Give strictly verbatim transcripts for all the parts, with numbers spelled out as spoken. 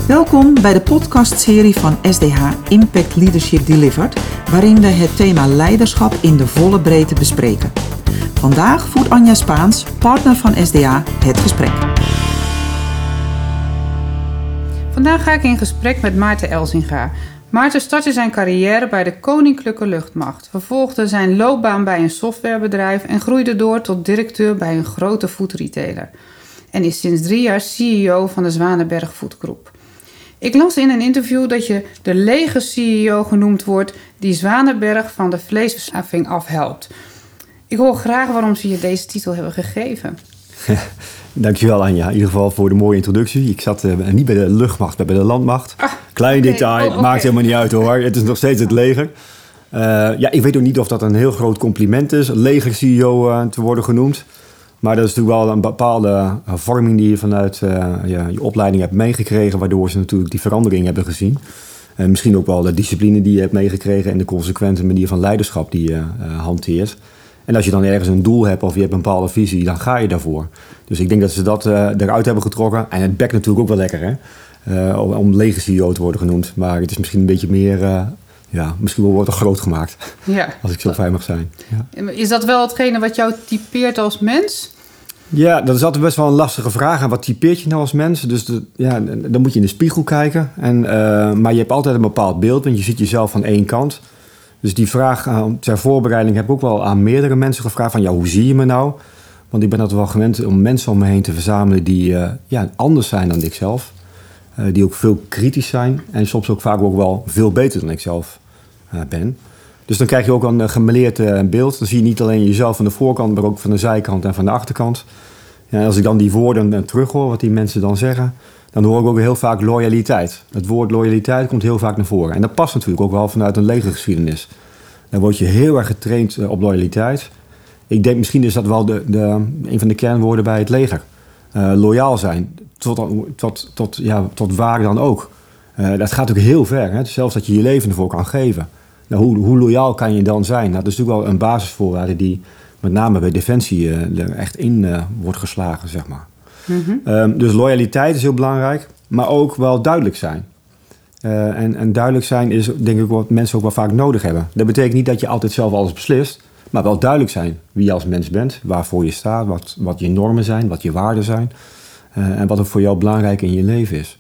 Welkom bij de podcastserie van S D H Impact Leadership Delivered, waarin we het thema leiderschap in de volle breedte bespreken. Vandaag voert Anja Spaans, partner van S D H, het gesprek. Vandaag ga ik in gesprek met Maarten Elzinga. Maarten startte zijn carrière bij de Koninklijke Luchtmacht, vervolgde zijn loopbaan bij een softwarebedrijf en groeide door tot directeur bij een grote foodretailer. En is sinds drie jaar C E O van de Zwanenberg Food Group. Ik las in een interview dat je de lege C E O genoemd wordt die Zwanenberg van de vleesverslaving afhelpt. Ik hoor graag waarom ze je deze titel hebben gegeven. Dankjewel Anja, in ieder geval voor de mooie introductie. Ik zat uh, niet bij de luchtmacht, maar bij de landmacht. Ah, Klein okay. detail, oh, okay. Maakt helemaal niet uit hoor. Het is nog steeds het leger. Uh, ja, ik weet ook niet of dat een heel groot compliment is, leger-C E O uh, te worden genoemd. Maar dat is natuurlijk wel een bepaalde vorming die je vanuit uh, ja, je opleiding hebt meegekregen, waardoor ze natuurlijk die verandering hebben gezien. En misschien ook wel de discipline die je hebt meegekregen en de consequente manier van leiderschap die je uh, hanteert. En als je dan ergens een doel hebt of je hebt een bepaalde visie, dan ga je daarvoor. Dus ik denk dat ze dat uh, eruit hebben getrokken. En het bekt natuurlijk ook wel lekker, hè? Uh, om, om leger-C E O te worden genoemd. Maar het is misschien een beetje meer, uh, ja, misschien wel wordt er groot gemaakt. Ja. Als ik zo fijn mag zijn. Ja. Is dat wel hetgene wat jou typeert als mens? Ja, dat is altijd best wel een lastige vraag. En wat typeert je nou als mens? Dus de, ja, dan moet je in de spiegel kijken. En, uh, maar je hebt altijd een bepaald beeld, want je ziet jezelf van één kant. Dus die vraag uh, ter voorbereiding heb ik ook wel aan meerdere mensen gevraagd van ja, hoe zie je me nou? Want ik ben altijd wel gewend om mensen om me heen te verzamelen die uh, ja, anders zijn dan ikzelf. Uh, die ook veel kritisch zijn en soms ook vaak ook wel veel beter dan ik zelf uh, ben. Dus dan krijg je ook een gemêleerd uh, beeld. Dan zie je niet alleen jezelf van de voorkant, maar ook van de zijkant en van de achterkant. Ja, en als ik dan die woorden uh, terughoor, wat die mensen dan zeggen, dan hoor ik ook heel vaak loyaliteit. Het woord loyaliteit komt heel vaak naar voren. En dat past natuurlijk ook wel vanuit een legergeschiedenis. Dan word je heel erg getraind uh, op loyaliteit. Ik denk misschien is dat wel de, de, een van de kernwoorden bij het leger. Uh, loyaal zijn, tot, tot, tot, ja, tot waar dan ook. Uh, dat gaat ook heel ver. Hè? Zelfs dat je je leven ervoor kan geven. Nou, hoe, hoe loyaal kan je dan zijn? Nou, dat is natuurlijk wel een basisvoorwaarde die met name bij Defensie uh, er echt in uh, wordt geslagen, zeg maar. Mm-hmm. Um, dus loyaliteit is heel belangrijk, maar ook wel duidelijk zijn. Uh, en, en duidelijk zijn is denk ik wat mensen ook wel vaak nodig hebben. Dat betekent niet dat je altijd zelf alles beslist, maar wel duidelijk zijn wie je als mens bent, waarvoor je staat, wat, wat je normen zijn, wat je waarden zijn uh, en wat er voor jou belangrijk in je leven is.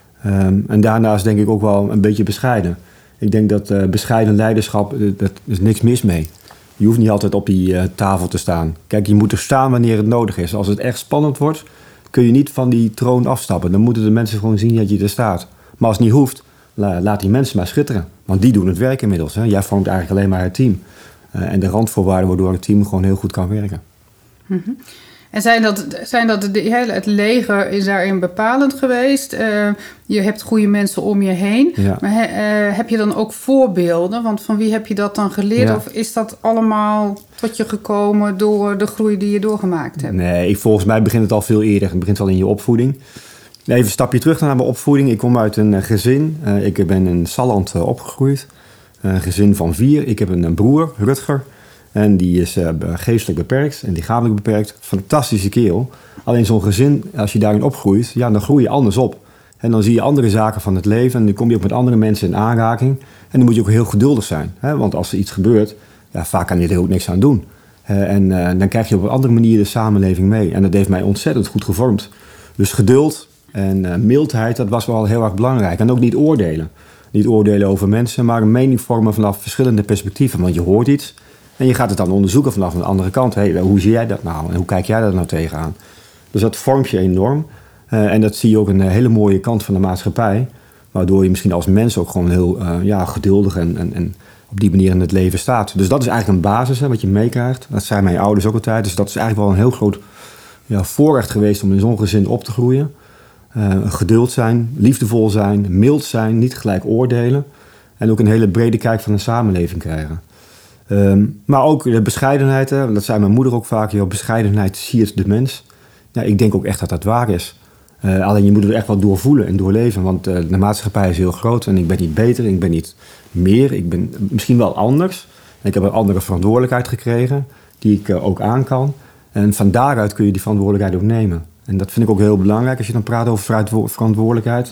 Um, en daarnaast denk ik ook wel een beetje bescheiden. Ik denk dat uh, bescheiden leiderschap, uh, dat is niks mis mee. Je hoeft niet altijd op die uh, tafel te staan. Kijk, je moet er staan wanneer het nodig is. Als het echt spannend wordt, kun je niet van die troon afstappen. Dan moeten de mensen gewoon zien dat je er staat. Maar als het niet hoeft, la, laat die mensen maar schitteren. Want die doen het werk inmiddels. Hè. Jij vormt eigenlijk alleen maar het team. Uh, en de randvoorwaarden waardoor het team gewoon heel goed kan werken. Mm-hmm. En zijn dat, zijn dat de, het leger is daarin bepalend geweest? Uh, je hebt goede mensen om je heen. Ja. Maar he, uh, heb je dan ook voorbeelden? Want van wie heb je dat dan geleerd? Ja. Of is dat allemaal tot je gekomen door de groei die je doorgemaakt hebt? Nee, ik, volgens mij begint het al veel eerder. Het begint al in je opvoeding. Even een stapje terug naar mijn opvoeding. Ik kom uit een gezin. Uh, ik ben in Salland uh, opgegroeid. Een gezin van vier. Ik heb een, een broer, Rutger. En die is uh, geestelijk beperkt en lichamelijk beperkt. Fantastische kerel. Alleen zo'n gezin, als je daarin opgroeit, ja, dan groei je anders op. En dan zie je andere zaken van het leven en dan kom je ook met andere mensen in aanraking. En dan moet je ook heel geduldig zijn. Hè? Want als er iets gebeurt, ja, vaak kan je er ook niks aan doen. Uh, en uh, dan krijg je op een andere manier de samenleving mee. En dat heeft mij ontzettend goed gevormd. Dus geduld en uh, mildheid, dat was wel heel erg belangrijk. En ook niet oordelen. Niet oordelen over mensen, maar een mening vormen vanaf verschillende perspectieven. Want je hoort iets. En je gaat het dan onderzoeken vanaf een andere kant. Hey, hoe zie jij dat nou? En hoe kijk jij daar nou tegenaan? Dus dat vormt je enorm. Uh, en dat zie je ook een hele mooie kant van de maatschappij. Waardoor je misschien als mens ook gewoon heel uh, ja, geduldig en, en, en op die manier in het leven staat. Dus dat is eigenlijk een basis hè, wat je meekrijgt. Dat zijn mijn ouders ook altijd. Dus dat is eigenlijk wel een heel groot ja, voorrecht geweest om in zo'n gezin op te groeien. Uh, geduld zijn, liefdevol zijn, mild zijn, niet gelijk oordelen. En ook een hele brede kijk van de samenleving krijgen. Um, maar ook de bescheidenheid, hè, dat zei mijn moeder ook vaak. Joh, bescheidenheid siert de mens. Ja, ik denk ook echt dat dat waar is. Uh, alleen je moet het echt wel doorvoelen en doorleven. Want uh, de maatschappij is heel groot en ik ben niet beter, ik ben niet meer. Ik ben misschien wel anders. En ik heb een andere verantwoordelijkheid gekregen die ik uh, ook aan kan. En van daaruit kun je die verantwoordelijkheid ook nemen. En dat vind ik ook heel belangrijk als je dan praat over verantwoordelijkheid.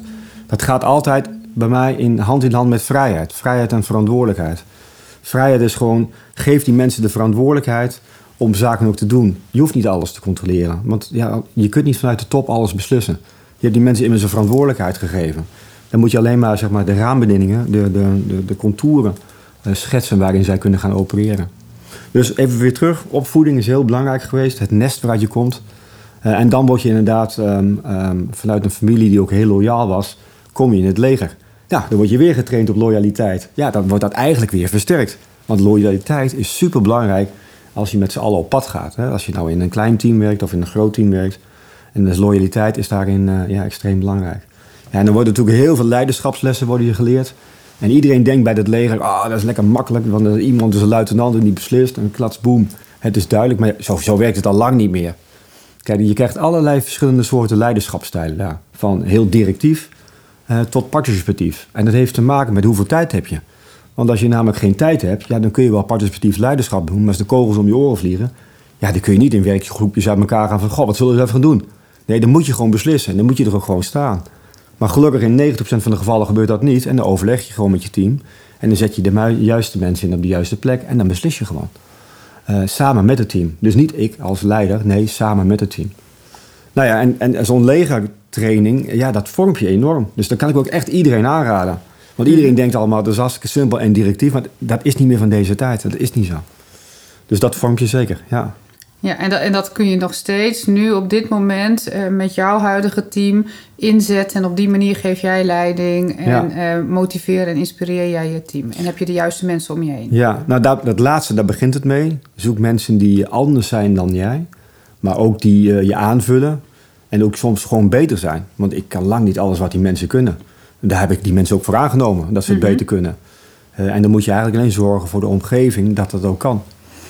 dat gaat altijd bij mij in hand in hand met vrijheid. Vrijheid en verantwoordelijkheid. Vrijheid is gewoon, geef die mensen de verantwoordelijkheid om zaken ook te doen. Je hoeft niet alles te controleren. Want ja, je kunt niet vanuit de top alles beslissen. Je hebt die mensen immers een verantwoordelijkheid gegeven. Dan moet je alleen maar, zeg maar de raambedingingen, de, de, de, de contouren uh, schetsen waarin zij kunnen gaan opereren. Dus even weer terug. Opvoeding is heel belangrijk geweest. Het nest waaruit je komt. Uh, en dan word je inderdaad um, um, vanuit een familie die ook heel loyaal was, kom je in het leger. Ja, dan word je weer getraind op loyaliteit. Ja, dan wordt dat eigenlijk weer versterkt. Want loyaliteit is super belangrijk als je met z'n allen op pad gaat. Hè? Als je nou in een klein team werkt of in een groot team werkt. En dus loyaliteit is daarin uh, ja, extreem belangrijk. Ja, en er worden natuurlijk heel veel leiderschapslessen worden hier geleerd. En iedereen denkt bij het leger, ah, dat is lekker makkelijk. Want er, iemand is een luitenant en die beslist. En klats, boem, het is duidelijk. Maar zo, zo werkt het al lang niet meer. Kijk, je krijgt allerlei verschillende soorten leiderschapsstijlen. Ja. Van heel directief uh, tot participatief. En dat heeft te maken met hoeveel tijd heb je. Want als je namelijk geen tijd hebt, ja, dan kun je wel participatief leiderschap doen. Maar als de kogels om je oren vliegen, ja, dan kun je niet in werkgroepjes uit elkaar gaan van, goh, wat zullen we even gaan doen? Nee, dan moet je gewoon beslissen. En dan moet je er ook gewoon staan. Maar gelukkig in negentig procent van de gevallen gebeurt dat niet. En dan overleg je gewoon met je team. En dan zet je de juiste mensen in op de juiste plek. En dan beslis je gewoon. Uh, samen met het team. Dus niet ik als leider, nee, samen met het team. Nou ja, en, en zo'n legertraining, ja, dat vormt je enorm. Dus dat kan ik ook echt iedereen aanraden. Want iedereen denkt allemaal, dat is hartstikke simpel en directief. Maar dat is niet meer van deze tijd. Dat is niet zo. Dus dat vormt je zeker, ja. Ja, en dat, en dat kun je nog steeds nu op dit moment uh, met jouw huidige team inzetten. En op die manier geef jij leiding en ja. uh, motiveer en inspireer jij je team. En heb je de juiste mensen om je heen. Ja, nou dat, dat laatste, daar begint het mee. Zoek mensen die anders zijn dan jij. Maar ook die uh, je aanvullen. En ook soms gewoon beter zijn. Want ik kan lang niet alles wat die mensen kunnen. Daar heb ik die mensen ook voor aangenomen. Dat ze het mm-hmm. beter kunnen. Uh, en dan moet je eigenlijk alleen zorgen voor de omgeving dat dat ook kan.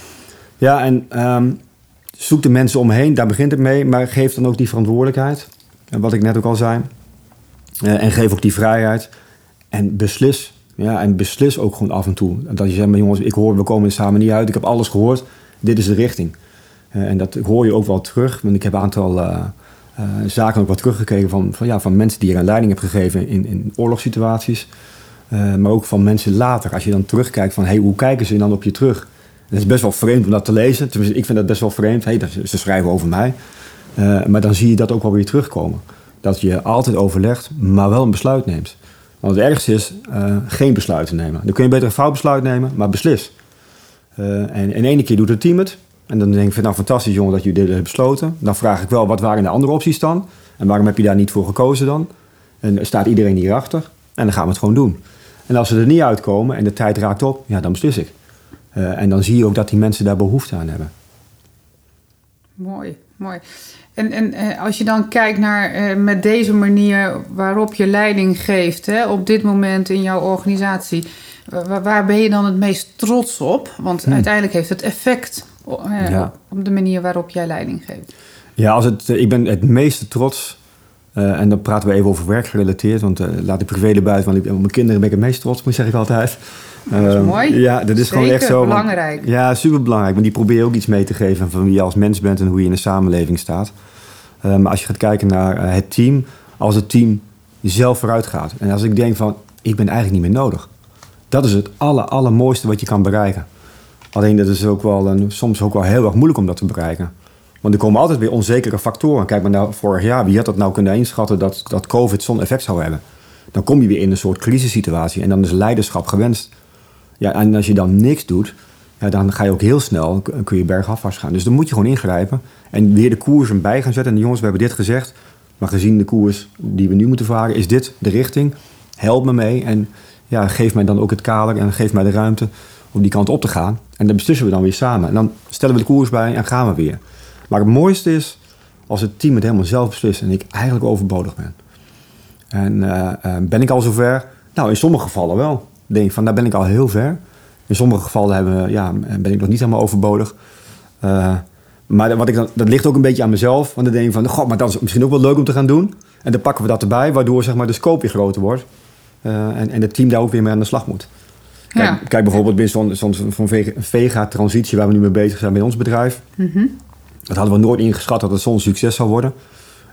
Ja, en um, zoek de mensen omheen. Daar begint het mee. Maar geef dan ook die verantwoordelijkheid. En wat ik net ook al zei. Uh, en geef ook die vrijheid. En beslis. Ja, en beslis ook gewoon af en toe. Dat je zegt, maar jongens, ik hoor, we komen er samen niet uit. Ik heb alles gehoord. Dit is de richting. Uh, en dat hoor je ook wel terug. Want ik heb een aantal uh, uh, zaken ook wat teruggekeken van, van, ja, van mensen die er een leiding hebben gegeven in, in oorlogssituaties. Uh, maar ook van mensen later. Als je dan terugkijkt van, hey, hoe kijken ze dan op je terug? Het is best wel vreemd om dat te lezen. Tenminste, ik vind dat best wel vreemd. Hey, ze schrijven over mij. Uh, maar dan zie je dat ook wel weer terugkomen. Dat je altijd overlegt, maar wel een besluit neemt. Want het ergste is uh, geen besluiten nemen. Dan kun je beter een fout besluit nemen, maar beslis. Uh, en in ene keer doet het team het. En dan denk ik, nou fantastisch jongen dat jullie dit hebben besloten. Dan vraag ik wel, wat waren de andere opties dan? En waarom heb je daar niet voor gekozen dan? En staat iedereen hierachter? En dan gaan we het gewoon doen. En als ze er niet uitkomen en de tijd raakt op, ja, dan beslis ik. Uh, en dan zie je ook dat die mensen daar behoefte aan hebben. Mooi, mooi. En, en uh, als je dan kijkt naar uh, met deze manier waarop je leiding geeft, hè, op dit moment in jouw organisatie, waar, waar ben je dan het meest trots op? Want hmm. uiteindelijk heeft het effect uh, ja. op de manier waarop jij leiding geeft. Ja, als het, uh, ik ben het meeste trots, uh, en dan praten we even over werkgerelateerd, want uh, laat ik privé erbij, want ik, op mijn kinderen ben ik het meest trots, moet zeg ik altijd. Dat is uh, mooi. Ja, dat is Zeker, gewoon echt zo. Belangrijk. Want, ja, super belangrijk. Want die probeer je ook iets mee te geven van wie je als mens bent en hoe je in de samenleving staat. Uh, maar als je gaat kijken naar uh, het team, als het team zelf vooruit gaat. En als ik denk van, ik ben eigenlijk niet meer nodig. Dat is het aller, allermooiste wat je kan bereiken. Alleen dat is ook wel een, soms ook wel heel erg moeilijk om dat te bereiken. Want er komen altijd weer onzekere factoren. Kijk maar naar vorig jaar, wie had dat nou kunnen inschatten dat, dat COVID zo'n effect zou hebben? Dan kom je weer in een soort crisissituatie en dan is leiderschap gewenst. Ja, en als je dan niks doet, ja, dan ga je ook heel snel, kun je bergafwaarts gaan. Dus dan moet je gewoon ingrijpen en weer de koers erbij gaan zetten. En jongens, we hebben dit gezegd, maar gezien de koers die we nu moeten varen, is dit de richting. Help me mee en ja, geef mij dan ook het kader en geef mij de ruimte om die kant op te gaan. En dan beslissen we dan weer samen. En dan stellen we de koers bij en gaan we weer. Maar het mooiste is als het team het helemaal zelf beslist en ik eigenlijk overbodig ben. En uh, uh, ben ik al zover? Nou, in sommige gevallen wel. Denk ik van, daar ben ik al heel ver. In sommige gevallen hebben, ja, ben ik nog niet helemaal overbodig. Uh, maar wat ik dan, dat ligt ook een beetje aan mezelf. Want dan denk ik van, god, maar dat is misschien ook wel leuk om te gaan doen. En dan pakken we dat erbij, waardoor zeg maar, de scope weer groter wordt. Uh, en, en het team daar ook weer mee aan de slag moet. Kijk, ja. kijk bijvoorbeeld bij zo'n, zo'n, zo'n vega-transitie waar we nu mee bezig zijn bij ons bedrijf. Mm-hmm. Dat hadden we nooit ingeschat dat het zo'n succes zou worden.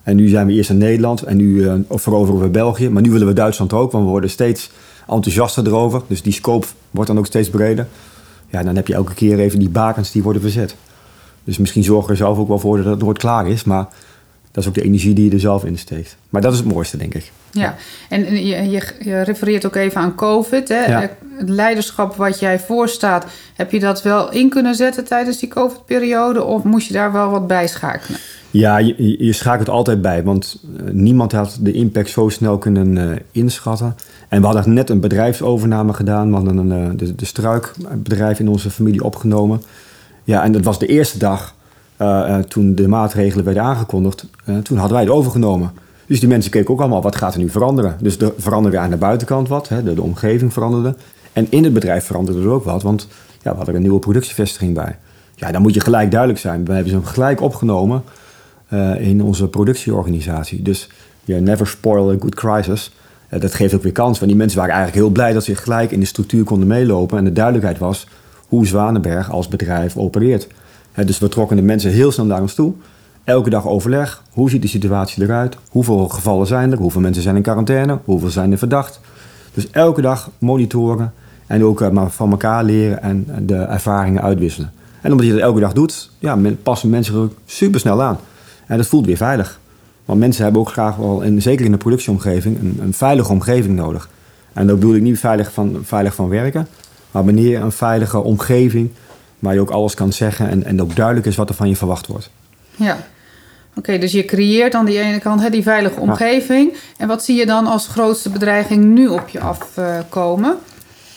En nu zijn we eerst in Nederland en nu uh, veroveren we België. Maar nu willen we Duitsland ook, want we worden steeds enthousiaster erover. Dus die scope wordt dan ook steeds breder. Ja, dan heb je elke keer even die bakens die worden verzet. Dus misschien zorgen we er zelf ook wel voor dat het nooit klaar is. Maar dat is ook de energie die je er zelf in steekt. Maar dat is het mooiste, denk ik. Ja, en je, je, je refereert ook even aan COVID. Hè? Ja. Het leiderschap wat jij voorstaat, heb je dat wel in kunnen zetten tijdens die COVID-periode? Of moest je daar wel wat bij schakelen? Ja, je, je schakelt altijd bij. Want uh, niemand had de impact zo snel kunnen uh, inschatten. En we hadden net een bedrijfsovername gedaan. We hadden een, uh, de, de struikbedrijf in onze familie opgenomen. Ja, en dat was de eerste dag uh, uh, toen de maatregelen werden aangekondigd. Uh, toen hadden wij het overgenomen. Dus die mensen keken ook allemaal, wat gaat er nu veranderen? Dus er veranderde aan de buitenkant wat, hè, de, de omgeving veranderde. En in het bedrijf veranderde er ook wat, want ja, we hadden er een nieuwe productievestiging bij. Ja, dan moet je gelijk duidelijk zijn. We hebben ze gelijk opgenomen uh, in onze productieorganisatie. Dus yeah, never spoil a good crisis. Uh, dat geeft ook weer kans, want die mensen waren eigenlijk heel blij dat ze gelijk in de structuur konden meelopen. En de duidelijkheid was hoe Zwanenberg als bedrijf opereert. Uh, dus we trokken de mensen heel snel naar ons toe. Elke dag overleg. Hoe ziet de situatie eruit? Hoeveel gevallen zijn er? Hoeveel mensen zijn in quarantaine? Hoeveel zijn er verdacht? Dus elke dag monitoren en ook uh, maar van elkaar leren en de ervaringen uitwisselen. En omdat je dat elke dag doet, ja, passen mensen er super snel aan. En dat voelt weer veilig. Want mensen hebben ook graag wel, en zeker in de productieomgeving, een, een veilige omgeving nodig. En dat bedoel ik niet veilig van, veilig van werken, maar wanneer een veilige omgeving waar je ook alles kan zeggen en, en ook duidelijk is wat er van je verwacht wordt. Ja. Oké, okay, dus je creëert aan die ene kant hè, die veilige omgeving. Ja. En wat zie je dan als grootste bedreiging nu op je afkomen? Uh,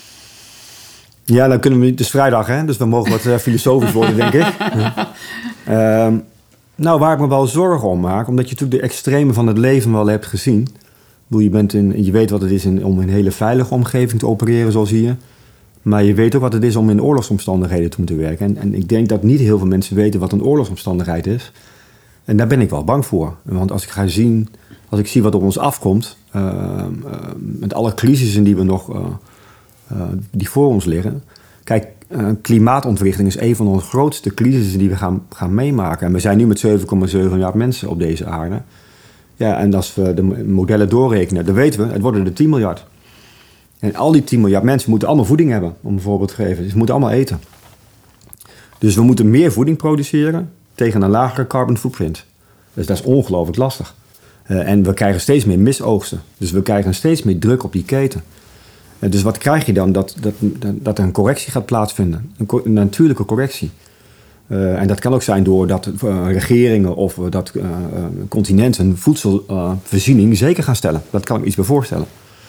ja, dan kunnen we... Het is vrijdag, hè? Dus we mogen wat uh, filosofisch worden, denk ik. uh, nou, waar ik me wel zorgen om maak, omdat je natuurlijk de extremen van het leven wel hebt gezien. Je, bent in, je weet wat het is in, om in een hele veilige omgeving te opereren, zoals hier. Maar je weet ook wat het is om in oorlogsomstandigheden te moeten werken. En, en ik denk dat niet heel veel mensen weten wat een oorlogsomstandigheid is. En daar ben ik wel bang voor. Want als ik ga zien, als ik zie wat op ons afkomt, uh, uh, met alle crisissen die we nog, uh, uh, die voor ons liggen. Kijk, uh, klimaatontwrichting is een van de grootste crisissen die we gaan, gaan meemaken. En we zijn nu met zeven komma zeven miljard mensen op deze aarde. Ja, en als we de modellen doorrekenen, dan weten we, het worden er tien miljard. En al die tien miljard mensen moeten allemaal voeding hebben, om een voorbeeld te geven. Dus ze moeten allemaal eten. Dus we moeten meer voeding produceren tegen een lagere carbon footprint. Dus dat is ongelooflijk lastig. Uh, en we krijgen steeds meer misoogsten. Dus we krijgen steeds meer druk op die keten. Uh, dus wat krijg je dan? Dat, dat, dat er een correctie gaat plaatsvinden. Een, een natuurlijke correctie. Uh, en dat kan ook zijn doordat uh, regeringen of uh, dat uh, uh, continenten voedselvoorziening uh, zeker gaan stellen. Dat kan ik me iets bij voorstellen.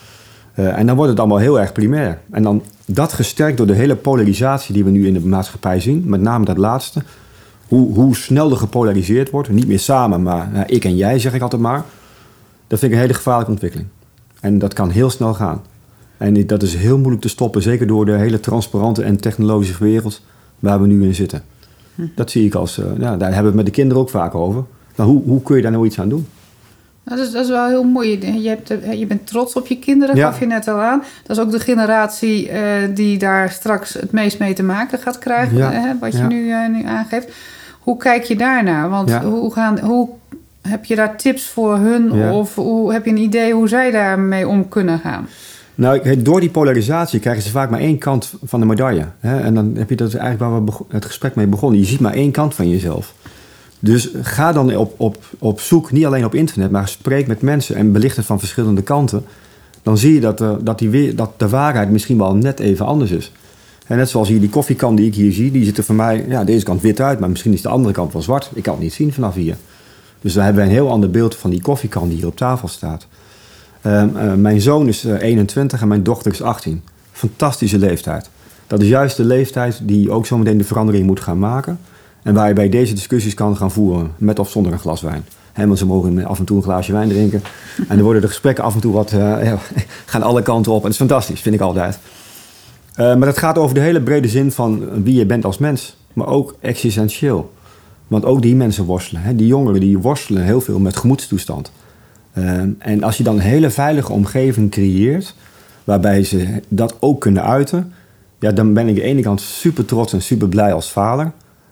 Uh, en dan wordt het allemaal heel erg primair. En dan dat gesterkt door de hele polarisatie die we nu in de maatschappij zien. Met name dat laatste. Hoe, hoe snel er gepolariseerd wordt. Niet meer samen, maar nou, ik en jij, zeg ik altijd maar. Dat vind ik een hele gevaarlijke ontwikkeling. En dat kan heel snel gaan. En dat is heel moeilijk te stoppen. Zeker door de hele transparante en technologische wereld waar we nu in zitten. Hm. Dat zie ik als... Uh, ja, daar hebben we het met de kinderen ook vaak over. Nou, hoe, hoe kun je daar nou iets aan doen? Dat is, dat is wel heel mooi. Je, hebt, je bent trots op je kinderen, ja. gaf je net al aan. Dat is ook de generatie uh, die daar straks het meest mee te maken gaat krijgen. Ja. Hè, wat je ja. nu, uh, nu aangeeft. Hoe kijk je daarnaar? Want ja. hoe, gaan, hoe heb je daar tips voor hun? Ja. Of hoe, heb je een idee hoe zij daarmee om kunnen gaan? Nou, door die polarisatie krijgen ze vaak maar één kant van de medaille. Hè? En dan heb je dat eigenlijk waar we het gesprek mee begonnen. Je ziet maar één kant van jezelf. Dus ga dan op, op, op zoek, niet alleen op internet, maar spreek met mensen en belicht het van verschillende kanten. Dan zie je dat de, dat die, dat de waarheid misschien wel net even anders is. En net zoals hier die koffiekan die ik hier zie, die ziet er voor mij, ja, deze kant wit uit, maar misschien is de andere kant wel zwart. Ik kan het niet zien vanaf hier. Dus dan hebben we een heel ander beeld van die koffiekan die hier op tafel staat. Uh, uh, mijn zoon is uh, eenentwintig en mijn dochter is achttien. Fantastische leeftijd. Dat is juist de leeftijd die ook zometeen de verandering moet gaan maken. En waar je bij deze discussies kan gaan voeren, met of zonder een glas wijn. He, want ze mogen af en toe een glaasje wijn drinken. En dan worden de gesprekken af en toe wat, uh, ja, gaan alle kanten op. En dat is fantastisch, vind ik altijd. Uh, maar dat gaat over de hele brede zin van wie je bent als mens. Maar ook existentieel. Want ook die mensen worstelen. Hè. Die jongeren die worstelen heel veel met gemoedstoestand. Uh, en als je dan een hele veilige omgeving creëert, waarbij ze dat ook kunnen uiten, ja, dan ben ik aan de ene kant super trots en super blij als vader.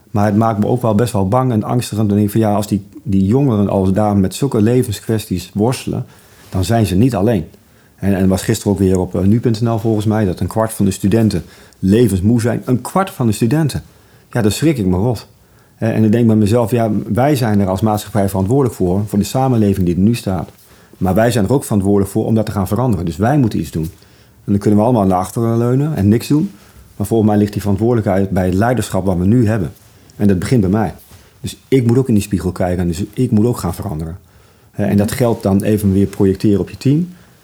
Maar het maakt me ook wel best wel bang en angstig. En dan denk ik van ja, als die, die jongeren als daar met zulke levenskwesties worstelen, dan zijn ze niet alleen. En, en was gisteren ook weer op uh, nu punt n l volgens mij, dat een kwart van de studenten levensmoe zijn. Een kwart van de studenten. Ja, daar schrik ik me rot. Uh, en dan denk ik bij mezelf, ja, wij zijn er als maatschappij verantwoordelijk voor, voor de samenleving die er nu staat. Maar wij zijn er ook verantwoordelijk voor om dat te gaan veranderen. Dus wij moeten iets doen. En dan kunnen we allemaal naar achteren leunen en niks doen. Maar volgens mij ligt die verantwoordelijkheid bij het leiderschap wat we nu hebben. En dat begint bij mij. Dus ik moet ook in die spiegel kijken. Dus ik moet ook gaan veranderen. En dat geldt dan even weer projecteren op je team.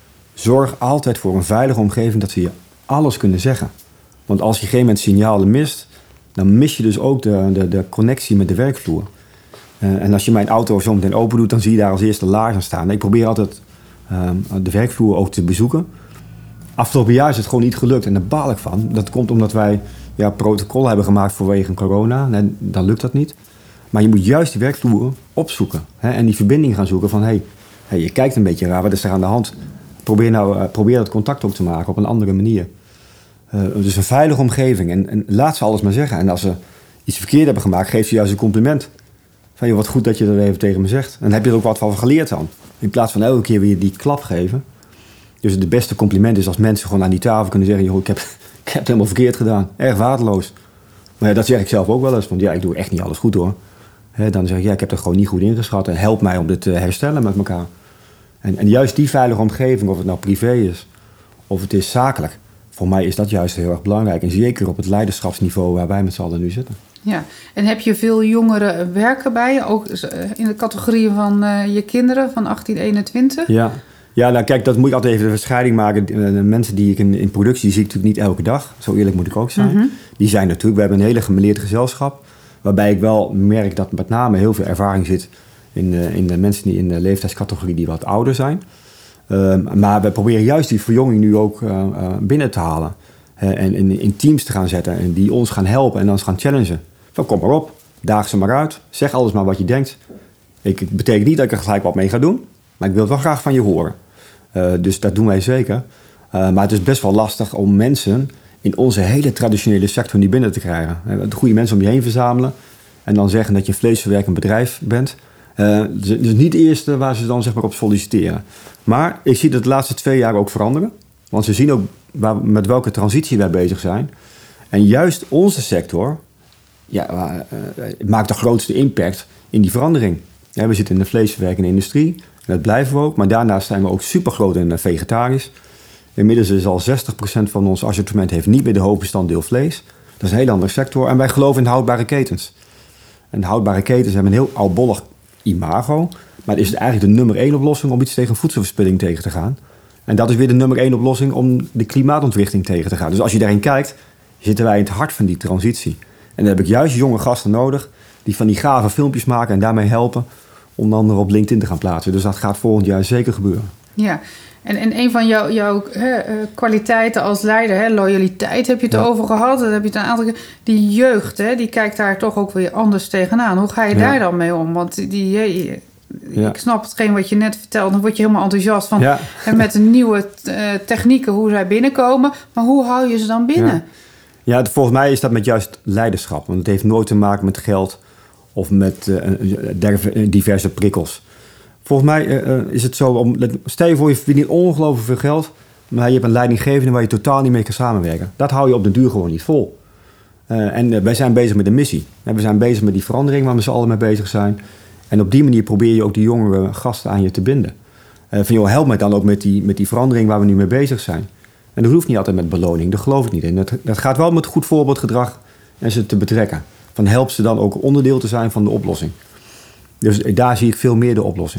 Zorg altijd voor een veilige omgeving dat ze je alles kunnen zeggen. Want als je geen moment signalen mist, dan mis je dus ook de, de, de connectie met de werkvloer. Uh, en als je mijn auto zo meteen open doet, dan zie je daar als eerste laars aan staan. Ik probeer altijd uh, de werkvloer ook te bezoeken. Afgelopen jaar is het gewoon niet gelukt en daar baal ik van. Dat komt omdat wij ja, protocollen hebben gemaakt vanwege corona. En dan lukt dat niet. Maar je moet juist die werkvloer opzoeken. Hè, en die verbinding gaan zoeken van... hé, hey, hey, je kijkt een beetje raar, wat is er aan de hand? Probeer, nou, uh, probeer dat contact ook te maken op een andere manier. Uh, dus een veilige omgeving. En, en laat ze alles maar zeggen. En als ze iets verkeerd hebben gemaakt, geef ze juist een compliment. Van, joh, wat goed dat je dat even tegen me zegt. En dan heb je er ook wat van geleerd dan. In plaats van elke keer weer die klap geven. Dus het beste compliment is als mensen gewoon aan die tafel kunnen zeggen... joh, ik heb, ik heb het helemaal verkeerd gedaan. Erg waardeloos. Maar ja, dat zeg ik zelf ook wel eens. Want ja, ik doe echt niet alles goed hoor. He, dan zeg ik, ja, ik heb het gewoon niet goed ingeschat. En help mij om dit te herstellen met elkaar. En, en juist die veilige omgeving, of het nou privé is... of het is zakelijk... voor mij is dat juist heel erg belangrijk. En zeker op het leiderschapsniveau waar wij met z'n allen nu zitten. Ja, en heb je veel jongeren werken bij je? Ook in de categorie van uh, je kinderen van achttien, eenentwintig? Ja. Ja, nou kijk, dat moet ik altijd even de verscheiding maken. De mensen die ik in, in productie zie ik natuurlijk niet elke dag. Zo eerlijk moet ik ook zijn. Mm-hmm. Die zijn natuurlijk, we hebben een hele gemêleerd gezelschap. Waarbij ik wel merk dat met name heel veel ervaring zit... in de, in de mensen die in de leeftijdscategorie die wat ouder zijn. Uh, maar we proberen juist die verjonging nu ook uh, uh, binnen te halen. Uh, en in, in teams te gaan zetten en die ons gaan helpen en ons gaan challengen. Van kom maar op, daag ze maar uit. Zeg alles maar wat je denkt. Ik, het betekent niet dat ik er gelijk wat mee ga doen. Maar ik wil het wel graag van je horen. Uh, dus dat doen wij zeker. Uh, maar het is best wel lastig om mensen in onze hele traditionele sector niet binnen te krijgen. Uh, de goede mensen om je heen verzamelen. En dan zeggen dat je een vleesverwerkend bedrijf bent. Uh, dus, dus niet de eerste waar ze dan zeg maar op solliciteren. Maar ik zie dat de laatste twee jaar ook veranderen. Want ze zien ook waar, met welke transitie wij bezig zijn. En juist onze sector ja, uh, maakt de grootste impact in die verandering. Ja, we zitten in de vleesverwerkende industrie. En dat blijven we ook. Maar daarnaast zijn we ook supergroot in vegetarisch. Inmiddels is al zestig procent van ons assortiment heeft niet meer de hoofdbestanddeel vlees. Dat is een hele andere sector. En wij geloven in de houdbare ketens. En de houdbare ketens hebben een heel oudbollig imago. Maar het is eigenlijk de nummer één oplossing om iets tegen voedselverspilling tegen te gaan. En dat is weer de nummer één oplossing om de klimaatontwrichting tegen te gaan. Dus als je daarin kijkt, zitten wij in het hart van die transitie. En dan heb ik juist jonge gasten nodig die van die gave filmpjes maken en daarmee helpen om dan er op LinkedIn te gaan plaatsen. Dus dat gaat volgend jaar zeker gebeuren. Ja, en, en een van jouw, jouw hè, kwaliteiten als leider, hè, loyaliteit heb je het ja. over gehad. Dat heb je het een aantal keer. Die jeugd, hè, die kijkt daar toch ook weer anders tegenaan. Hoe ga je ja. daar dan mee om? Want die, die ja. ik snap hetgeen wat je net vertelde. Dan word je helemaal enthousiast van ja. en met de nieuwe uh, technieken hoe zij binnenkomen. Maar hoe hou je ze dan binnen? Ja. ja, volgens mij is dat met juist leiderschap. Want het heeft nooit te maken met geld of met uh, diverse prikkels. Volgens mij uh, is het zo, om, stel je voor je verdient ongelooflijk veel geld, maar je hebt een leidinggevende waar je totaal niet mee kan samenwerken. Dat hou je op de duur gewoon niet vol. Uh, en uh, wij zijn bezig met de missie. We zijn bezig met die verandering waar we z'n allen mee bezig zijn. En op die manier probeer je ook die jongere gasten aan je te binden. Uh, van joh, help mij dan ook met die, met die verandering waar we nu mee bezig zijn. En dat hoeft niet altijd met beloning, daar geloof ik niet in. Dat, dat gaat wel met goed voorbeeldgedrag en ze te betrekken. Van help ze dan ook onderdeel te zijn van de oplossing. Dus daar zie ik veel meer de oplossing.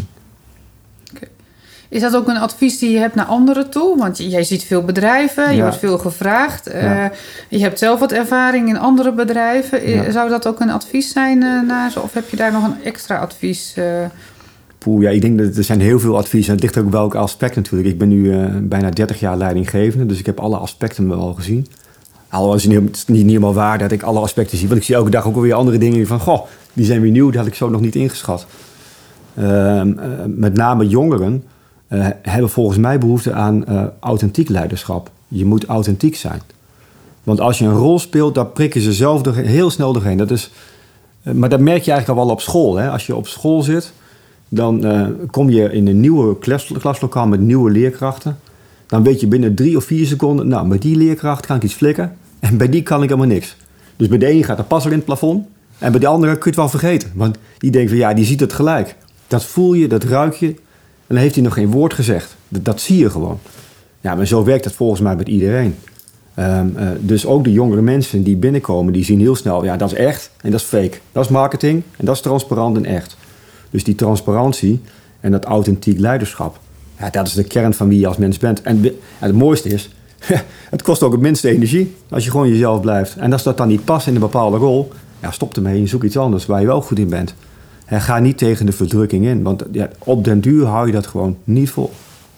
Okay. Is dat ook een advies die je hebt naar anderen toe? Want jij ziet veel bedrijven, je ja. wordt veel gevraagd. Ja. Uh, je hebt zelf wat ervaring in andere bedrijven. Ja. Zou dat ook een advies zijn uh, naar ze? Of heb je daar nog een extra advies? Uh... Poeh, ja, ik denk dat er zijn heel veel adviezen. Het ligt ook op welk aspect natuurlijk. Ik ben nu uh, bijna dertig jaar leidinggevende, dus ik heb alle aspecten wel gezien. Al is het niet, niet helemaal waar dat ik alle aspecten zie. Want ik zie elke dag ook alweer andere dingen van, goh, die zijn weer nieuw, dat had ik zo nog niet ingeschat. Uh, uh, met name jongeren uh, hebben volgens mij behoefte aan uh, authentiek leiderschap. Je moet authentiek zijn. Want als je een rol speelt, dan prikken ze zelf er heel snel doorheen. Dat is Uh, maar dat merk je eigenlijk al wel op school. Hè? Als je op school zit, dan uh, kom je in een nieuwe klas, klaslokaal met nieuwe leerkrachten. Dan weet je binnen drie of vier seconden, nou, met die leerkracht kan ik iets flikken. En bij die kan ik helemaal niks. Dus bij de een gaat de passer in het plafond. En bij de andere kun je het wel vergeten. Want die denkt van, ja, die ziet het gelijk. Dat voel je, dat ruik je. En dan heeft hij nog geen woord gezegd. Dat, dat zie je gewoon. Ja, maar zo werkt het volgens mij met iedereen. Um, uh, dus ook de jongere mensen die binnenkomen, die zien heel snel, ja, dat is echt en dat is fake. Dat is marketing en dat is transparant en echt. Dus die transparantie en dat authentiek leiderschap, ja, dat is de kern van wie je als mens bent. En, en het mooiste is, het kost ook het minste energie als je gewoon jezelf blijft. En als dat dan niet past in een bepaalde rol, ja, stop ermee en zoek iets anders waar je wel goed in bent. En ga niet tegen de verdrukking in, want ja, op den duur hou je dat gewoon niet vol.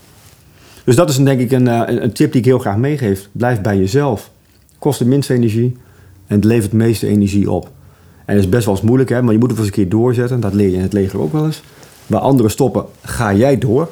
Dus dat is een, denk ik een, een tip die ik heel graag meegeef. Blijf bij jezelf. Kost de minste energie en het levert de meeste energie op. En dat is best wel eens moeilijk, hè, maar je moet het wel eens een keer doorzetten. Dat leer je in het leger ook wel eens. Waar anderen stoppen, ga jij door.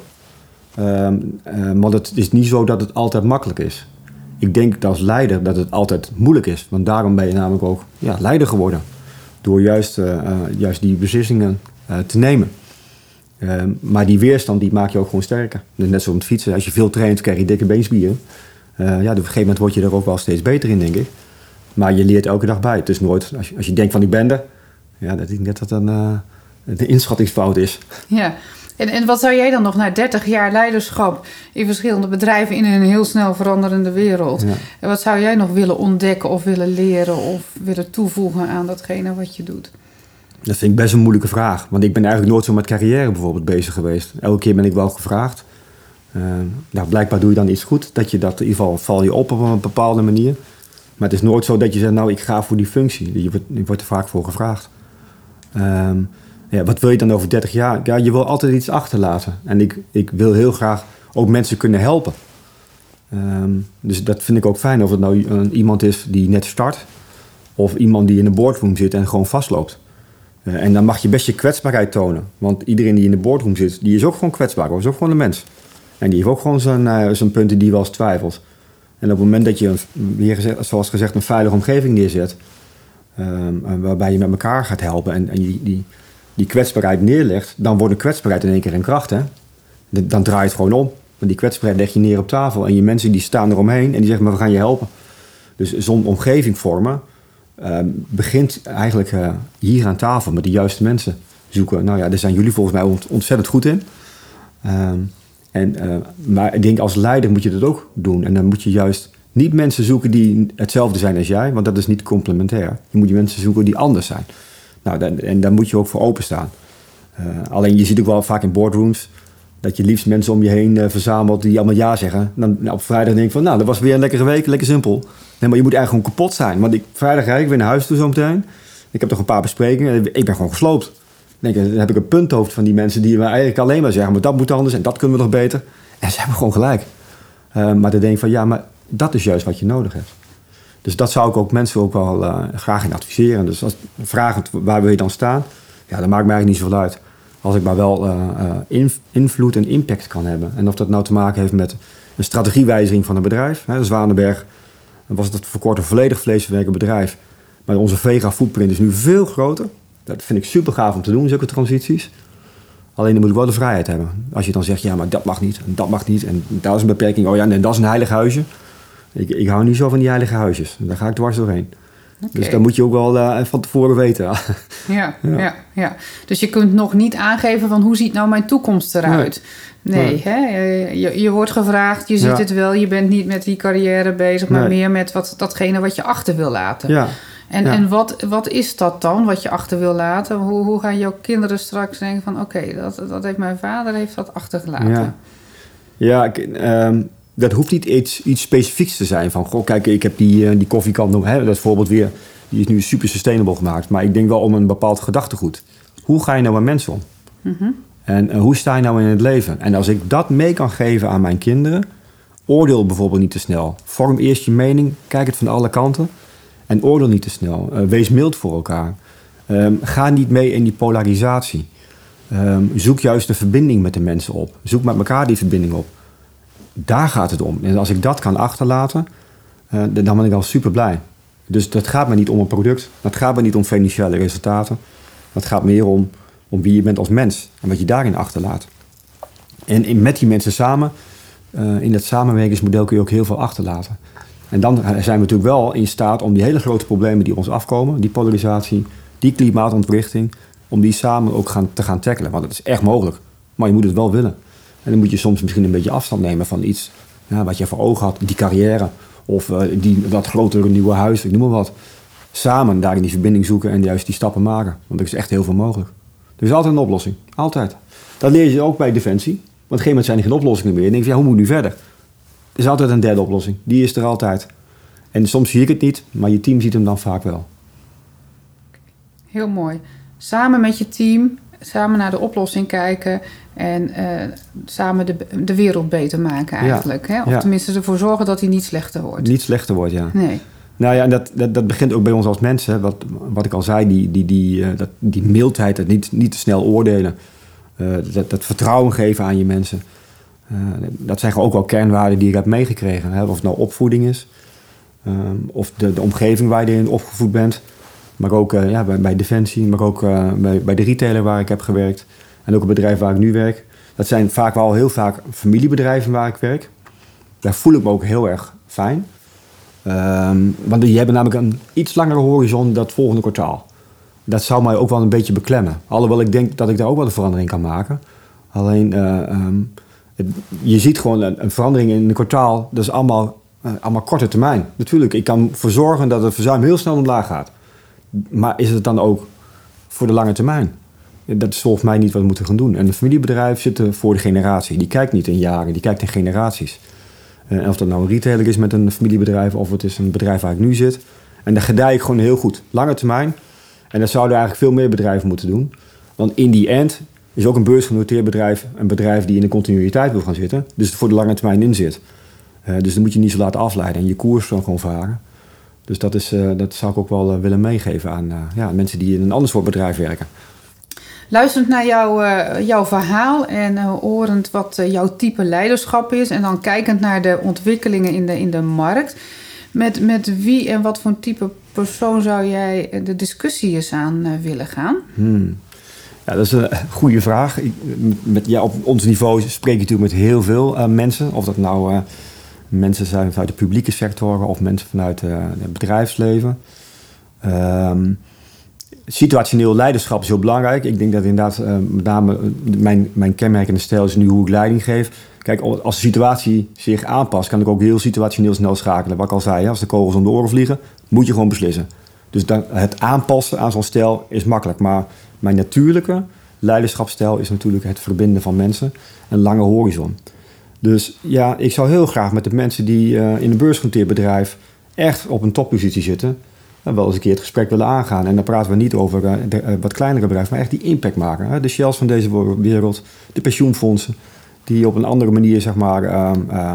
Um, uh, maar het is niet zo dat het altijd makkelijk is. Ik denk dat als leider dat het altijd moeilijk is. Want daarom ben je namelijk ook ja, leider geworden. Door juist, uh, uh, juist die beslissingen uh, te nemen. Uh, maar die weerstand die maak je ook gewoon sterker. Net zoals met fietsen. Als je veel traint, krijg je dikke beenspieren. Uh, ja, op een gegeven moment word je er ook wel steeds beter in, denk ik. Maar je leert elke dag bij. Het is nooit, als je, als je denkt van ik ben er. Ja, dat ik net dat een, uh, een inschattingsfout is. Ja, en, en wat zou jij dan nog na dertig jaar leiderschap in verschillende bedrijven in een heel snel veranderende wereld. Ja. En wat zou jij nog willen ontdekken of willen leren of willen toevoegen aan datgene wat je doet? Dat vind ik best een moeilijke vraag. Want ik ben eigenlijk nooit zo met carrière bijvoorbeeld bezig geweest. Elke keer ben ik wel gevraagd. Uh, nou, blijkbaar doe je dan iets goed. Dat je dat in ieder geval val je op op een bepaalde manier. Maar het is nooit zo dat je zegt, nou, ik ga voor die functie. Je wordt, je wordt er vaak voor gevraagd. Um, ja, wat wil je dan over dertig jaar? Ja, je wil altijd iets achterlaten. En ik, ik wil heel graag ook mensen kunnen helpen. Um, dus dat vind ik ook fijn. Of het nou uh, iemand is die net start. Of iemand die in een boardroom zit en gewoon vastloopt. Uh, en dan mag je best je kwetsbaarheid tonen. Want iedereen die in de boardroom zit, die is ook gewoon kwetsbaar. Dat is ook gewoon een mens. En die heeft ook gewoon zijn, uh, zijn punten die wel eens twijfelt. En op het moment dat je, weer gezegd, zoals gezegd, een veilige omgeving neerzet. Um, waarbij je met elkaar gaat helpen en, en je die, die kwetsbaarheid neerlegt. Dan wordt de kwetsbaarheid in één keer een kracht. Hè? Dan draai je het gewoon om. Want die kwetsbaarheid leg je neer op tafel. En je mensen die staan eromheen en die zeggen, maar we gaan je helpen. Dus zo'n omgeving vormen uh, begint eigenlijk uh, hier aan tafel met de juiste mensen zoeken. Nou ja, daar zijn jullie volgens mij ont- ontzettend goed in. Um, en, uh, maar ik denk als leider moet je dat ook doen. En dan moet je juist niet mensen zoeken die hetzelfde zijn als jij. Want dat is niet complementair. Je moet je mensen zoeken die anders zijn. Nou, dan, en daar moet je ook voor openstaan. Uh, alleen je ziet ook wel vaak in boardrooms dat je liefst mensen om je heen uh, verzamelt die allemaal ja zeggen. Dan nou, op vrijdag denk ik van, nou, dat was weer een lekkere week, lekker simpel. Nee, maar je moet eigenlijk gewoon kapot zijn. Want ik, vrijdag rijd ik weer naar huis toe zo meteen. Ik heb toch een paar besprekingen. Ik ben gewoon gesloopt. Dan, denk ik, dan heb ik een punthoofd van die mensen die me eigenlijk alleen maar zeggen, maar dat moet anders en dat kunnen we nog beter. En ze hebben gewoon gelijk. Uh, maar dan denk ik van, ja, maar dat is juist wat je nodig hebt. Dus dat zou ik ook mensen ook wel uh, graag in adviseren. Dus als vragend waar wil je dan staan, ja, dat maakt mij eigenlijk niet zoveel uit. Als ik maar wel uh, uh, invloed en impact kan hebben. En of dat nou te maken heeft met een strategiewijziging van een bedrijf. Hè, de Zwanenberg was het voor kort een volledig vleesverwerkend bedrijf. Maar onze vega footprint is nu veel groter. Dat vind ik super gaaf om te doen, zulke transities. Alleen dan moet ik wel de vrijheid hebben. Als je dan zegt, ja, maar dat mag niet en dat mag niet. En daar is een beperking. Oh ja, en dat is een heilig huisje. Ik, ik hou niet zo van die heilige huisjes. Daar ga ik dwars doorheen. Okay. Dus dat moet je ook wel uh, van tevoren weten. ja, ja. Ja, ja. Dus je kunt nog niet aangeven van hoe ziet nou mijn toekomst eruit. Nee, nee, nee. Hè? Je, je wordt gevraagd, je ziet ja. het wel. Je bent niet met die carrière bezig, maar nee. meer met wat, datgene wat je achter wil laten. Ja. En, ja. en wat, wat is dat dan, wat je achter wil laten? Hoe, hoe gaan jouw kinderen straks denken van, oké, okay, dat, dat heeft mijn vader heeft dat achtergelaten. Ja, ja ik, um, dat hoeft niet iets, iets specifieks te zijn. Van, goh, kijk, ik heb die, uh, die koffiekant, hè, dat voorbeeld weer, die is nu super sustainable gemaakt. Maar ik denk wel om een bepaald gedachtegoed. Hoe ga je nou met mensen om? Mm-hmm. En uh, hoe sta je nou in het leven? En als ik dat mee kan geven aan mijn kinderen, oordeel bijvoorbeeld niet te snel. Vorm eerst je mening, kijk het van alle kanten. En oordeel niet te snel. Uh, wees mild voor elkaar. Um, ga niet mee in die polarisatie. Um, zoek juist de verbinding met de mensen op. Zoek met elkaar die verbinding op. Daar gaat het om. En als ik dat kan achterlaten, uh, dan ben ik al super blij. Dus dat gaat maar niet om een product. Dat gaat maar niet om financiële resultaten. Dat gaat meer om, om wie je bent als mens. En wat je daarin achterlaat. En in, met die mensen samen, uh, in dat samenwerkingsmodel kun je ook heel veel achterlaten. En dan zijn we natuurlijk wel in staat om die hele grote problemen die ons afkomen, die polarisatie, die klimaatontwrichting, om die samen ook gaan, te gaan tackelen. Want het is echt mogelijk. Maar je moet het wel willen. En dan moet je soms misschien een beetje afstand nemen van iets ja, wat je voor ogen had, die carrière of uh, die, dat grotere nieuwe huis, ik noem maar wat. Samen daarin die verbinding zoeken en juist die stappen maken. Want er is echt heel veel mogelijk. Er is altijd een oplossing. Altijd. Dat leer je ook bij Defensie. Want op een gegeven moment zijn er geen oplossingen meer. En dan denk je, ja, hoe moet ik nu verder? Er is altijd een derde oplossing. Die is er altijd. En soms zie ik het niet, maar je team ziet hem dan vaak wel. Heel mooi. Samen met je team, samen naar de oplossing kijken en uh, samen de, de wereld beter maken eigenlijk. Ja, hè? Of ja. tenminste ervoor zorgen dat hij niet slechter wordt. Niet slechter wordt, ja. Nee. Nou ja, en dat, dat, dat begint ook bij ons als mensen. Wat, wat ik al zei, die, die, die, uh, dat, die mildheid, het niet, niet te snel oordelen. Uh, dat, dat vertrouwen geven aan je mensen. Uh, dat zijn ook wel kernwaarden die ik heb meegekregen. Hè? Of het nou opvoeding is. Um, of de, de omgeving waar je in opgevoed bent. Maar ook uh, ja, bij, bij Defensie. Maar ook uh, bij, bij de retailer waar ik heb gewerkt. En ook het bedrijf waar ik nu werk. Dat zijn vaak wel heel vaak familiebedrijven waar ik werk. Daar voel ik me ook heel erg fijn. Um, want die hebben namelijk een iets langere horizon dat volgende kwartaal. Dat zou mij ook wel een beetje beklemmen. Alhoewel ik denk dat ik daar ook wel een verandering kan maken. Alleen, uh, um, het, je ziet gewoon een, een verandering in een kwartaal. Dat is allemaal, uh, allemaal korte termijn. Natuurlijk, ik kan ervoor zorgen dat het verzuim heel snel omlaag gaat. Maar is het dan ook voor de lange termijn? Dat is volgens mij niet wat we moeten gaan doen. En een familiebedrijf zit er voor de generatie. Die kijkt niet in jaren, die kijkt in generaties. Uh, en of dat nou een retailer is met een familiebedrijf of het is een bedrijf waar ik nu zit. En daar gedij ik gewoon heel goed. Lange termijn. En dat zouden eigenlijk veel meer bedrijven moeten doen. Want in die end is ook een beursgenoteerd bedrijf een bedrijf die in de continuïteit wil gaan zitten. Dus voor de lange termijn in zit. Uh, dus dan moet je niet zo laten afleiden en je koers dan gewoon varen. Dus dat, is, uh, dat zou ik ook wel uh, willen meegeven aan uh, ja, mensen die in een ander soort bedrijf werken. Luisterend naar jou, uh, jouw verhaal en uh, horend wat uh, jouw type leiderschap is en dan kijkend naar de ontwikkelingen in de, in de markt. Met, met wie en wat voor type persoon zou jij de discussie eens aan uh, willen gaan? Hmm. Ja, dat is een goede vraag. Ik, met, ja, op ons niveau spreek je natuurlijk met heel veel uh, mensen. Of dat nou uh, mensen zijn vanuit de publieke sector of mensen vanuit uh, het bedrijfsleven. Um, situationeel leiderschap is heel belangrijk. Ik denk dat inderdaad uh, met name mijn, mijn kenmerkende stijl is nu hoe ik leiding geef. Kijk, als de situatie zich aanpast, kan ik ook heel situationeel snel schakelen. Wat ik al zei, hè, als de kogels om de oren vliegen, moet je gewoon beslissen. Dus dan, het aanpassen aan zo'n stijl is makkelijk. Maar mijn natuurlijke leiderschapsstijl is natuurlijk het verbinden van mensen. Een lange horizon. Dus ja, ik zou heel graag met de mensen die uh, in een beursgenoteerd bedrijf echt op een toppositie zitten, dan wel eens een keer het gesprek willen aangaan. En dan praten we niet over uh, de, uh, wat kleinere bedrijven, maar echt die impact maken. Hè? De Shells van deze wereld, de pensioenfondsen, die op een andere manier zeg maar, uh, uh,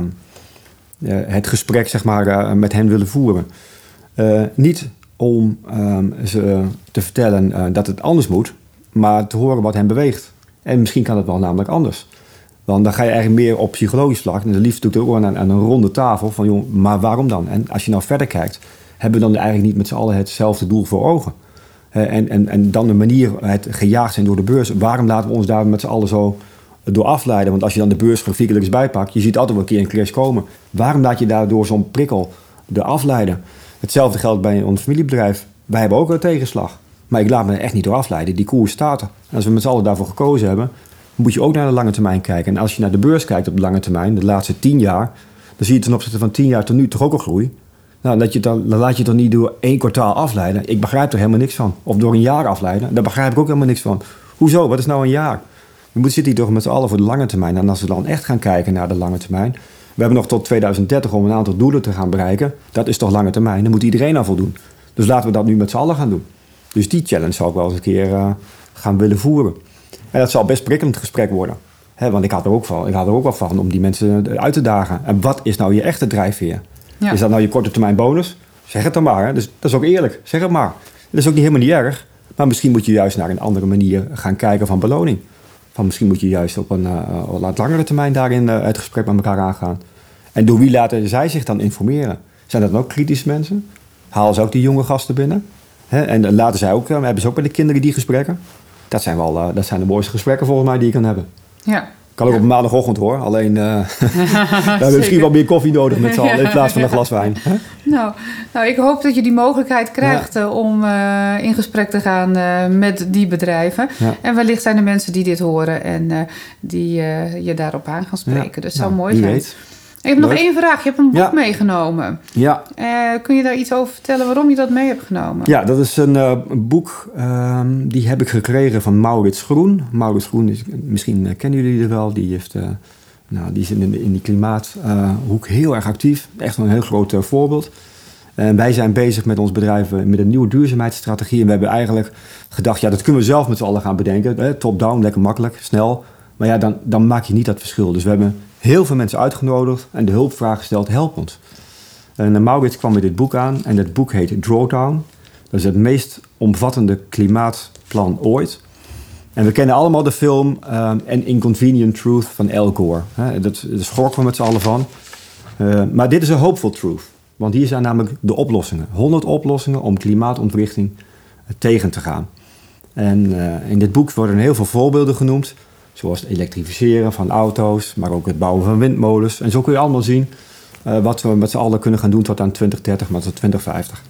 uh, het gesprek zeg maar, uh, met hen willen voeren. Uh, niet om uh, ze te vertellen uh, dat het anders moet, maar te horen wat hen beweegt. En misschien kan het wel namelijk anders. Want dan ga je eigenlijk meer op psychologisch vlak. En de liefst doet het ook aan, aan een ronde tafel van, joh, maar waarom dan? En als je nou verder kijkt, hebben we dan eigenlijk niet met z'n allen hetzelfde doel voor ogen? Uh, en, en, en dan de manier het gejaagd zijn door de beurs. Waarom laten we ons daar met z'n allen zo door afleiden? Want als je dan de beursgrafieken er eens bijpakt, je ziet altijd wel een keer een crash komen. Waarom laat je daardoor zo'n prikkel door afleiden? Hetzelfde geldt bij ons familiebedrijf. Wij hebben ook een tegenslag. Maar ik laat me er echt niet door afleiden. Die koers staat er. En als we met z'n allen daarvoor gekozen hebben, moet je ook naar de lange termijn kijken. En als je naar de beurs kijkt op de lange termijn, de laatste tien jaar, dan zie je ten opzichte van tien jaar tot nu toch ook een groei. Nou, dat je dan, dan laat je het dan niet door één kwartaal afleiden. Ik begrijp er helemaal niks van. Of door een jaar afleiden. Daar begrijp ik ook helemaal niks van. Hoezo? Wat is nou een jaar? We moeten zitten hier toch met z'n allen voor de lange termijn. En als we dan echt gaan kijken naar de lange termijn. We hebben nog tot tweeduizend dertig om een aantal doelen te gaan bereiken. Dat is toch lange termijn. Daar moet iedereen aan voldoen. Dus laten we dat nu met z'n allen gaan doen. Dus die challenge zou ik wel eens een keer uh, gaan willen voeren. En dat zal best prikkelend gesprek worden. He, want ik had, er ook van, ik had er ook wel van om die mensen uit te dagen. En wat is nou je echte drijfveer? Ja. Is dat nou je korte termijn bonus? Zeg het dan maar. Hè? Dus, dat is ook eerlijk. Zeg het maar. Dat is ook niet helemaal niet erg. Maar misschien moet je juist naar een andere manier gaan kijken van beloning. Van misschien moet je juist op een uh, wat langere termijn daarin uh, het gesprek met elkaar aangaan. En door wie laten zij zich dan informeren? Zijn dat dan ook kritische mensen? halen ze ook die jonge gasten binnen. Hè? En laten zij ook, hebben ze ook bij de kinderen die gesprekken. Dat zijn, wel, uh, dat zijn de mooiste gesprekken volgens mij die je kan hebben. Ja. Kan ook ja. op een maandagochtend hoor. Alleen uh, we hebben misschien wel meer koffie nodig met z'n allen in plaats van een glas wijn. Hè? Nou, nou, ik hoop dat je die mogelijkheid krijgt ja. uh, om uh, in gesprek te gaan uh, met die bedrijven. Ja. En wellicht zijn er mensen die dit horen en uh, die uh, je daarop aan gaan spreken. Ja. Dat zou nou, mooi zijn. Weet. Ik heb Leuk. nog één vraag. Je hebt een boek ja. meegenomen. Ja. Uh, kun je daar iets over vertellen waarom je dat mee hebt genomen? Ja, dat is een uh, boek. Uh, die heb ik gekregen van Maurits Groen. Maurits Groen, is, misschien uh, kennen jullie er wel. Die, heeft, uh, nou, die is in, in die klimaathoek uh, heel erg actief. Echt een heel groot uh, voorbeeld. Uh, wij zijn bezig met ons bedrijf uh, met een nieuwe duurzaamheidsstrategie. En we hebben eigenlijk gedacht, ja, dat kunnen we zelf met z'n allen gaan bedenken. Uh, top-down, lekker makkelijk, snel. Maar ja, dan, dan maak je niet dat verschil. Dus we hebben heel veel mensen uitgenodigd en de hulpvraag gesteld, help ons. En Maurits kwam met dit boek aan en dat boek heet Drawdown. Dat is het meest omvattende klimaatplan ooit. En we kennen allemaal de film um, An Inconvenient Truth van Al Gore. He, dat, daar schrokken we met z'n allen van. Uh, maar dit is een hopeful truth. Want hier zijn namelijk de oplossingen. honderd oplossingen om klimaatontwrichting uh, tegen te gaan. En uh, in dit boek worden heel veel voorbeelden genoemd. Zoals het elektrificeren van auto's, maar ook het bouwen van windmolens. En zo kun je allemaal zien uh, wat we met z'n allen kunnen gaan doen tot aan twintig dertig, maar tot twintig vijftig.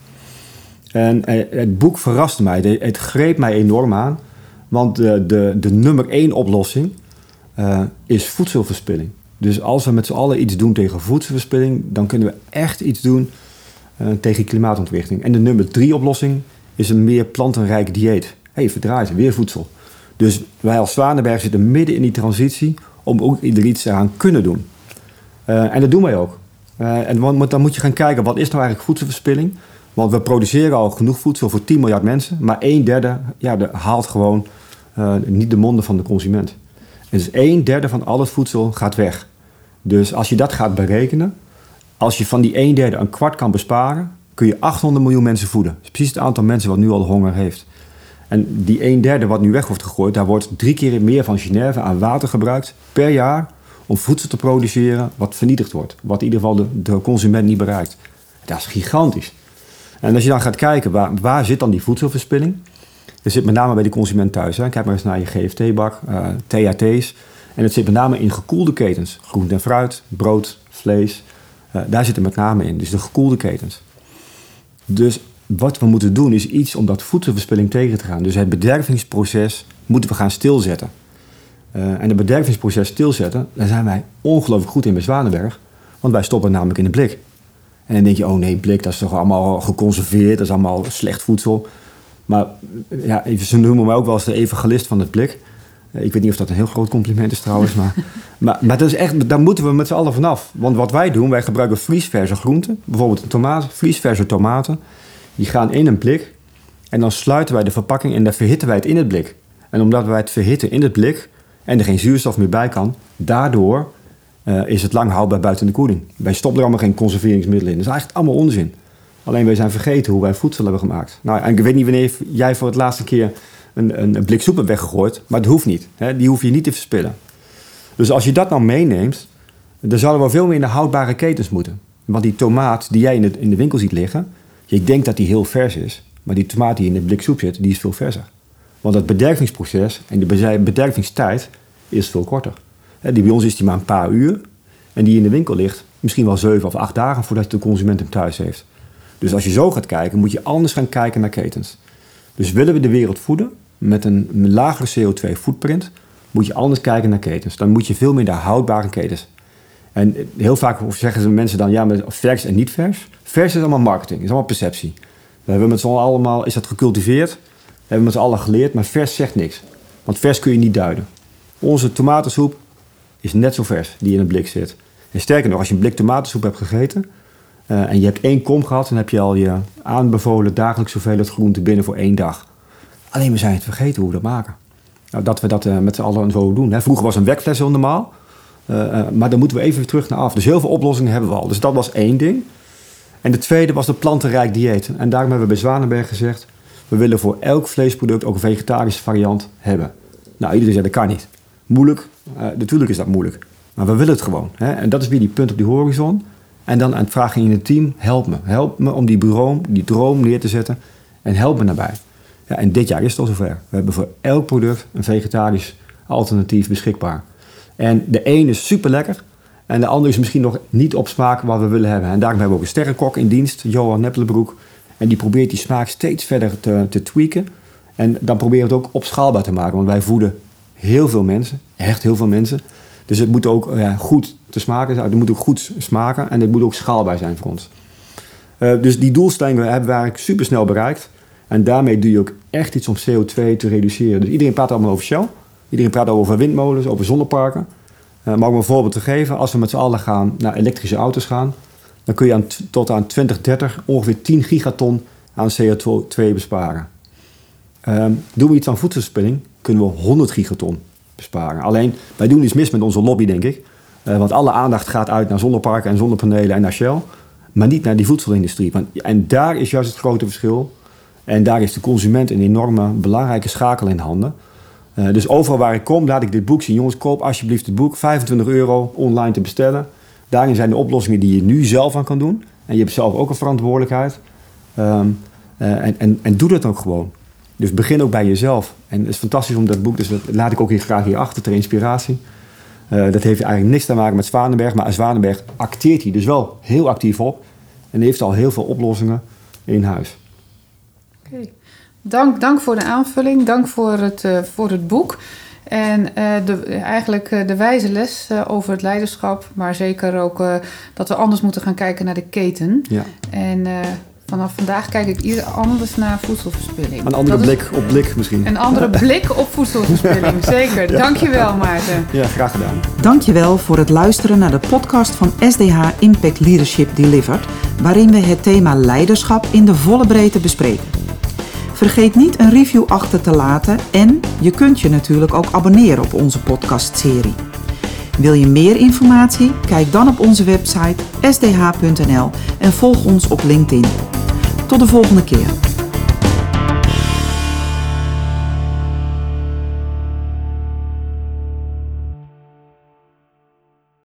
En uh, het boek verraste mij, het, het greep mij enorm aan. Want de, de, de nummer één oplossing uh, is voedselverspilling. Dus als we met z'n allen iets doen tegen voedselverspilling, dan kunnen we echt iets doen uh, tegen klimaatontwrichting. En de nummer drie oplossing is een meer plantenrijk dieet. Hé, hey, verdraaid, weer voedsel. Dus wij als Zwanenberg zitten midden in die transitie om ook er iets aan kunnen doen. Uh, en dat doen wij ook. Uh, en dan moet je gaan kijken, wat is nou eigenlijk voedselverspilling? Want we produceren al genoeg voedsel voor tien miljard mensen, maar een derde ja, de, haalt gewoon uh, niet de monden van de consument. En dus een derde van al het voedsel gaat weg. Dus als je dat gaat berekenen, als je van die een derde een kwart kan besparen, kun je achthonderd miljoen mensen voeden. Dat is precies het aantal mensen wat nu al honger heeft. En die een derde wat nu weg wordt gegooid, daar wordt drie keer meer van Genève aan water gebruikt per jaar om voedsel te produceren wat vernietigd wordt. Wat in ieder geval de, de consument niet bereikt. Dat is gigantisch. En als je dan gaat kijken, waar, waar zit dan die voedselverspilling? Dat zit met name bij de consument thuis. Hè. Kijk maar eens naar je G F T-bak, uh, T H T's. En het zit met name in gekoelde ketens. Groente en fruit, brood, vlees. Uh, daar zit het met name in. Dus de gekoelde ketens. Dus wat we moeten doen is iets om dat voedselverspilling tegen te gaan. Dus het bedervingsproces moeten we gaan stilzetten. Uh, en het bedervingsproces stilzetten, daar zijn wij ongelooflijk goed in bij Zwanenberg. Want wij stoppen namelijk in de blik. En dan denk je, oh nee, blik, dat is toch allemaal geconserveerd. Dat is allemaal slecht voedsel. Maar ja, ze noemen mij ook wel eens de evangelist van het blik. Ik weet niet of dat een heel groot compliment is trouwens. Maar, maar, maar dat is echt, daar moeten we met z'n allen vanaf. Want wat wij doen, wij gebruiken vriesverse groenten. Bijvoorbeeld een tomaat, vriesverse tomaten. Die gaan in een blik. En dan sluiten wij de verpakking en dan verhitten wij het in het blik. En omdat wij het verhitten in het blik en er geen zuurstof meer bij kan, daardoor uh, is het lang houdbaar buiten de koeling. Wij stoppen er allemaal geen conserveringsmiddelen in. Dat is eigenlijk allemaal onzin. Alleen wij zijn vergeten hoe wij voedsel hebben gemaakt. Nou, en ik weet niet wanneer jij voor het laatste keer een, een blik soep hebt weggegooid, maar dat hoeft niet. Hè? Die hoef je niet te verspillen. Dus als je dat nou meeneemt, dan zouden we veel meer in de houdbare ketens moeten. Want die tomaat die jij in de, in de winkel ziet liggen, je denkt dat die heel vers is, maar die tomaat die in de blik soep zit, die is veel verser. Want het bedervingsproces en de bedervingstijd is veel korter. Die bij ons is die maar een paar uur en die in de winkel ligt misschien wel zeven of acht dagen voordat de consument hem thuis heeft. Dus als je zo gaat kijken, moet je anders gaan kijken naar ketens. Dus willen we de wereld voeden met een lagere C O twee footprint, moet je anders kijken naar ketens. Dan moet je veel meer naar houdbare ketens. En heel vaak zeggen ze mensen dan, ja, maar vers en niet vers. Vers is allemaal marketing, is allemaal perceptie. We hebben met z'n allen allemaal, is dat gecultiveerd? We hebben met z'n allen geleerd, maar vers zegt niks. Want vers kun je niet duiden. Onze tomatensoep is net zo vers, die in een blik zit. En sterker nog, als je een blik tomatensoep hebt gegeten Uh, en je hebt één kom gehad, dan heb je al je aanbevolen dagelijks hoeveelheid groente binnen voor één dag. Alleen we zijn het vergeten hoe we dat maken. Nou, dat we dat uh, met z'n allen zo doen. Hè. Vroeger was een wekfles heel normaal, uh, uh, maar daar moeten we even weer terug naar af. Dus heel veel oplossingen hebben we al. Dus dat was één ding. En de tweede was de plantenrijk dieet. En daarom hebben we bij Zwanenberg gezegd, we willen voor elk vleesproduct ook een vegetarische variant hebben. Nou, iedereen zegt dat kan niet. Moeilijk, uh, natuurlijk is dat moeilijk. Maar we willen het gewoon. Hè. En dat is weer die punt op die horizon. En dan aan het vragen in het team, help me. Help me om die droom, die droom neer te zetten en help me daarbij. Ja, en dit jaar is het al zover. We hebben voor elk product een vegetarisch alternatief beschikbaar. En de een is super lekker en de ander is misschien nog niet op smaak wat we willen hebben. En daarom hebben we ook een sterrenkok in dienst, Johan Neppelenbroek. En die probeert die smaak steeds verder te, te tweaken. En dan proberen we het ook opschaalbaar te maken. Want wij voeden heel veel mensen, echt heel veel mensen. Dus het moet ook ja, goed te smaken zijn. Het moet ook goed smaken en het moet ook schaalbaar zijn voor ons. Uh, dus die doelstellingen hebben we eigenlijk super snel bereikt. En daarmee doe je ook echt iets om C O twee te reduceren. Dus iedereen praat allemaal over Shell. Iedereen praat over windmolens, over zonneparken. Uh, maar om een voorbeeld te geven, als we met z'n allen gaan naar elektrische auto's gaan, dan kun je aan, tot aan twintig dertig ongeveer tien gigaton aan C O twee besparen. Um, doen we iets aan voedselverspilling, kunnen we honderd gigaton besparen. Alleen, wij doen iets mis met onze lobby, denk ik. Uh, want alle aandacht gaat uit naar zonneparken en zonnepanelen en naar Shell. Maar niet naar die voedselindustrie. Want, en daar is juist het grote verschil. En daar is de consument een enorme belangrijke schakel in handen. Uh, dus overal waar ik kom, laat ik dit boek zien. Jongens, koop alsjeblieft het boek. vijfentwintig euro online te bestellen. Daarin zijn de oplossingen die je nu zelf aan kan doen. En je hebt zelf ook een verantwoordelijkheid. Um, uh, en, en, en doe dat ook gewoon. Dus begin ook bij jezelf. En het is fantastisch om dat boek, dus dat laat ik ook hier graag hier achter ter inspiratie. Uh, dat heeft eigenlijk niks te maken met Zwanenberg. Maar Zwanenberg acteert hier dus wel heel actief op. En heeft al heel veel oplossingen in huis. Oké. Okay. Dank, dank voor de aanvulling. Dank voor het, uh, voor het boek. En uh, de, eigenlijk uh, de wijze les uh, over het leiderschap. Maar zeker ook uh, dat we anders moeten gaan kijken naar de keten. Ja. En uh, vanaf vandaag kijk ik ieder anders naar voedselverspilling. Een andere blik op blik misschien. Een andere blik op voedselverspilling, zeker. Ja. Dankjewel, Maarten. Ja, graag gedaan. Dankjewel voor het luisteren naar de podcast van S D H Impact Leadership Delivered, waarin we het thema leiderschap in de volle breedte bespreken. Vergeet niet een review achter te laten en je kunt je natuurlijk ook abonneren op onze podcastserie. Wil je meer informatie? Kijk dan op onze website s d h punt n l en volg ons op LinkedIn. Tot de volgende keer.